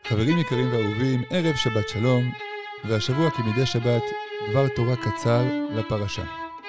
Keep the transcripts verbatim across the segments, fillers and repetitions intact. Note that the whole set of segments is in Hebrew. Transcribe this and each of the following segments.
חברים יקרים ואהובים, ערב שבת שלום, והשבוע כמדי שבת דבר תורה קצר לפרשה.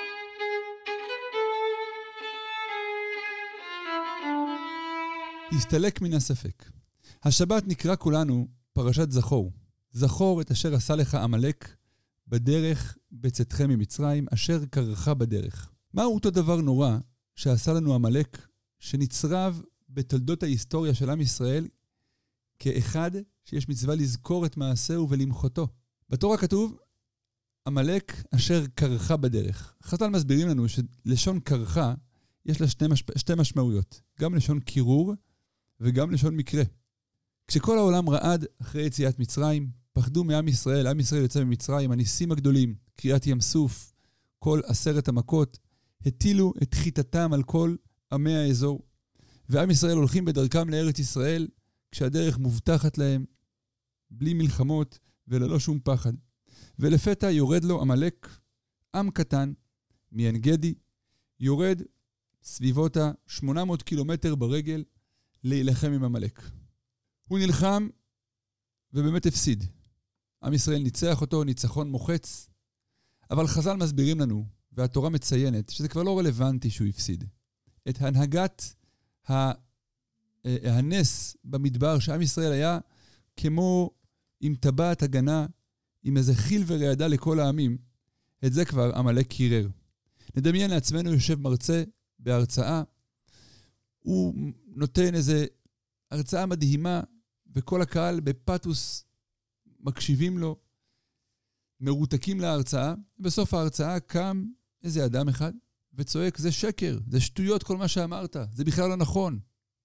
הסתלק מן הספק. השבת נקרא כולנו פרשת זכור. זכור את אשר עשה לך עמלק בדרך בצאתכם ממצרים, אשר קרך בדרך. מהו אותו דבר נורא שעשה לנו עמלק, שנצרב בתולדות ההיסטוריה של עם ישראל, כאחד שיש מצווה לזכור את מעשהו ולמחותו. בתורה כתוב, עמלק אשר קרך בדרך. חז"ל מסבירים לנו שלשון קרחה יש לה שתי, משפ... שתי משמעויות. גם לשון קירור וגם לשון מקרה. כשכל העולם רעד אחרי יציאת מצרים, פחדו מעם ישראל, עם ישראל יוצא ממצרים, הניסים הגדולים, קריאת ים סוף, כל עשרת המכות, הטילו את חיתתם על כל עמי האזור. ועם ישראל הולכים בדרכם לארץ ישראל, כשהדרך מובטחת להם, בלי מלחמות וללא שום פחד. ולפתע יורד לו עמלק, עם קטן, מעין גדי, יורד סביבות ה-שמונה מאות קילומטר ברגל להילחם עם עמלק. הוא נלחם ובאמת הפסיד. עם ישראל ניצח אותו, ניצחון מוחץ, אבל חז"ל מסבירים לנו, והתורה מציינת, שזה כבר לא רלוונטי שהוא הפסיד. את הנהגת ה... הנס במדבר, שעם ישראל היה כמו עם טבעת הגנה, עם איזה חיל ורעדה לכל העמים, את זה כבר עמלק קירר. נדמיין לעצמנו יושב מרצה בהרצאה, הוא נותן איזה הרצאה מדהימה, וכל הקהל בפטוס מקשיבים לו, מרותקים להרצאה, ובסוף ההרצאה קם איזה אדם אחד, וצועק, זה שקר, זה שטויות כל מה שאמרת, זה בכלל לא נכון.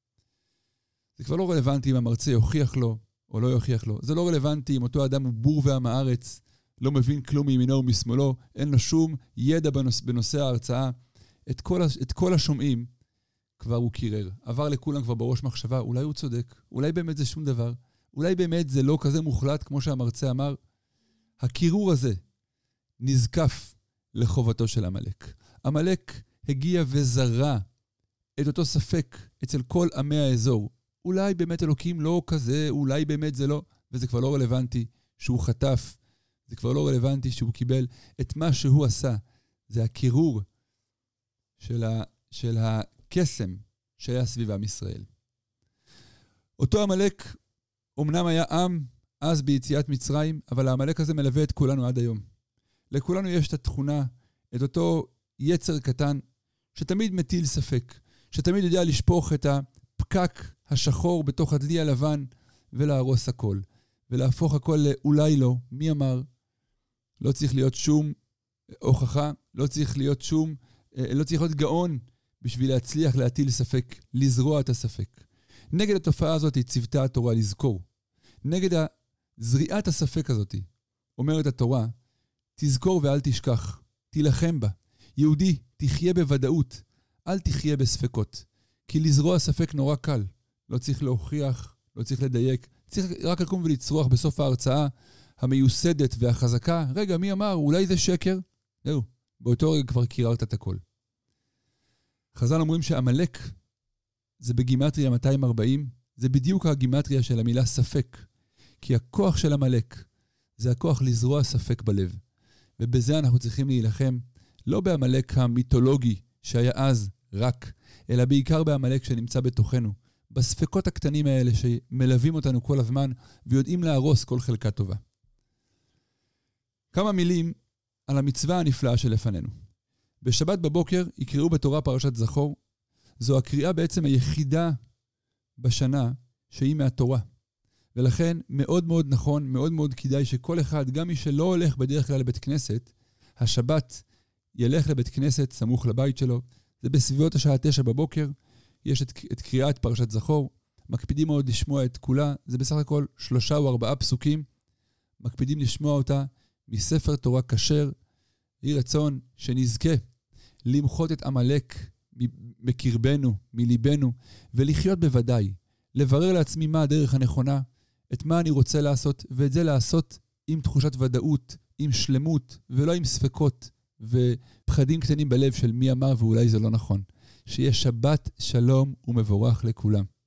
זה כבר לא רלוונטי אם המרצה יוכיח לו או לא יוכיח לו. זה לא רלוונטי אם אותו אדם הוא בור ועם הארץ, לא מבין כלום מימינו ומשמאלו, אין לו שום ידע בנוש... בנושא ההרצאה. את כל, את כל השומעים כבר הוא קירר. עבר לכולם כבר בראש מחשבה, אולי הוא צודק, אולי באמת זה שום דבר, אולי באמת זה לא כזה מוחלט כמו שהמרצה אמר. הקירור הזה נזקף לחובתו של עמלק. עמלק הגיע וזרה את אותו ספק אצל כל עמי האזור. אולי באמת אלוקים לא כזה, אולי באמת זה לא, וזה כבר לא רלוונטי שהוא חטף, זה כבר לא רלוונטי שהוא קיבל את מה שהוא עשה. זה הקירור של, ה, של הקסם שהיה סביב עם ישראל. אותו עמלק אמנם היה עם אז ביציאת מצרים, אבל העמלק הזה מלווה את כולנו עד היום. לכולנו יש את התכונה, את אותו יצר קטן, שתמיד מטיל ספק, שתמיד יודע לשפוך את הפקק השחור בתוך הדלי הלבן, ולהרוס הכל, ולהפוך הכל לאולי לא, מי אמר? לא צריך להיות שום הוכחה, לא צריך להיות שום, לא צריך להיות גאון, בשביל להצליח להטיל ספק, לזרוע את הספק. נגד התופעה הזאת צוותה התורה לזכור. נגד זריעת הספק הזאת, אומרת התורה, תזכור ואל תשכח, תילחם בה. יהודי, תחיה בוודאות, אל תחיה בספקות. כי לזרוע ספק נורא קל. לא צריך להוכיח, לא צריך לדייק. צריך רק לקום ולצרוח בסוף ההרצאה המיוסדת והחזקה. רגע, מי אמר? אולי זה שקר? זהו, באותו רגע כבר קיררת את הכל. חז"ל אומרים שעמלק זה בגימטריה מאתיים וארבעים, זה בדיוק הגימטריה של המילה ספק. כי הכוח של עמלק זה הכוח לזרוע ספק בלב. ובזה אנחנו צריכים להילחם, לא בעמלק המיתולוגי שהיה אז רק, אלא בעיקר בעמלק שנמצא בתוכנו, בספקות הקטנים האלה שמלווים אותנו כל הזמן, ויודעים להרוס כל חלקה טובה. כמה מילים על המצווה הנפלאה שלפנינו. בשבת בבוקר יקראו בתורה פרשת זכור, זו הקריאה בעצם היחידה בשנה שהיא מהתורה. ולכן מאוד מאוד נכון, מאוד מאוד כדאי שכל אחד, גם מי שלא הולך בדרך כלל לבית כנסת, השבת ילך לבית כנסת סמוך לבית שלו, זה בסביבות השעה תשע בבוקר, יש את, את קריאת פרשת זכור, מקפידים מאוד לשמוע את כולה, זה בסך הכל שלושה או ארבעה פסוקים, מקפידים לשמוע אותה מספר תורה כשר, יהי רצון שנזכה למחות את עמלק מקרבנו, מליבנו, ולחיות בוודאי, לברר לעצמי מה הדרך הנכונה, את מה אני רוצה לעשות, ואת זה לעשות עם תחושת ודאות, עם שלמות, ולא עם ספקות, ופחדים קטנים בלב של מי אמר ואולי זה לא נכון. שיהיה שבת שלום ומבורך לכולם.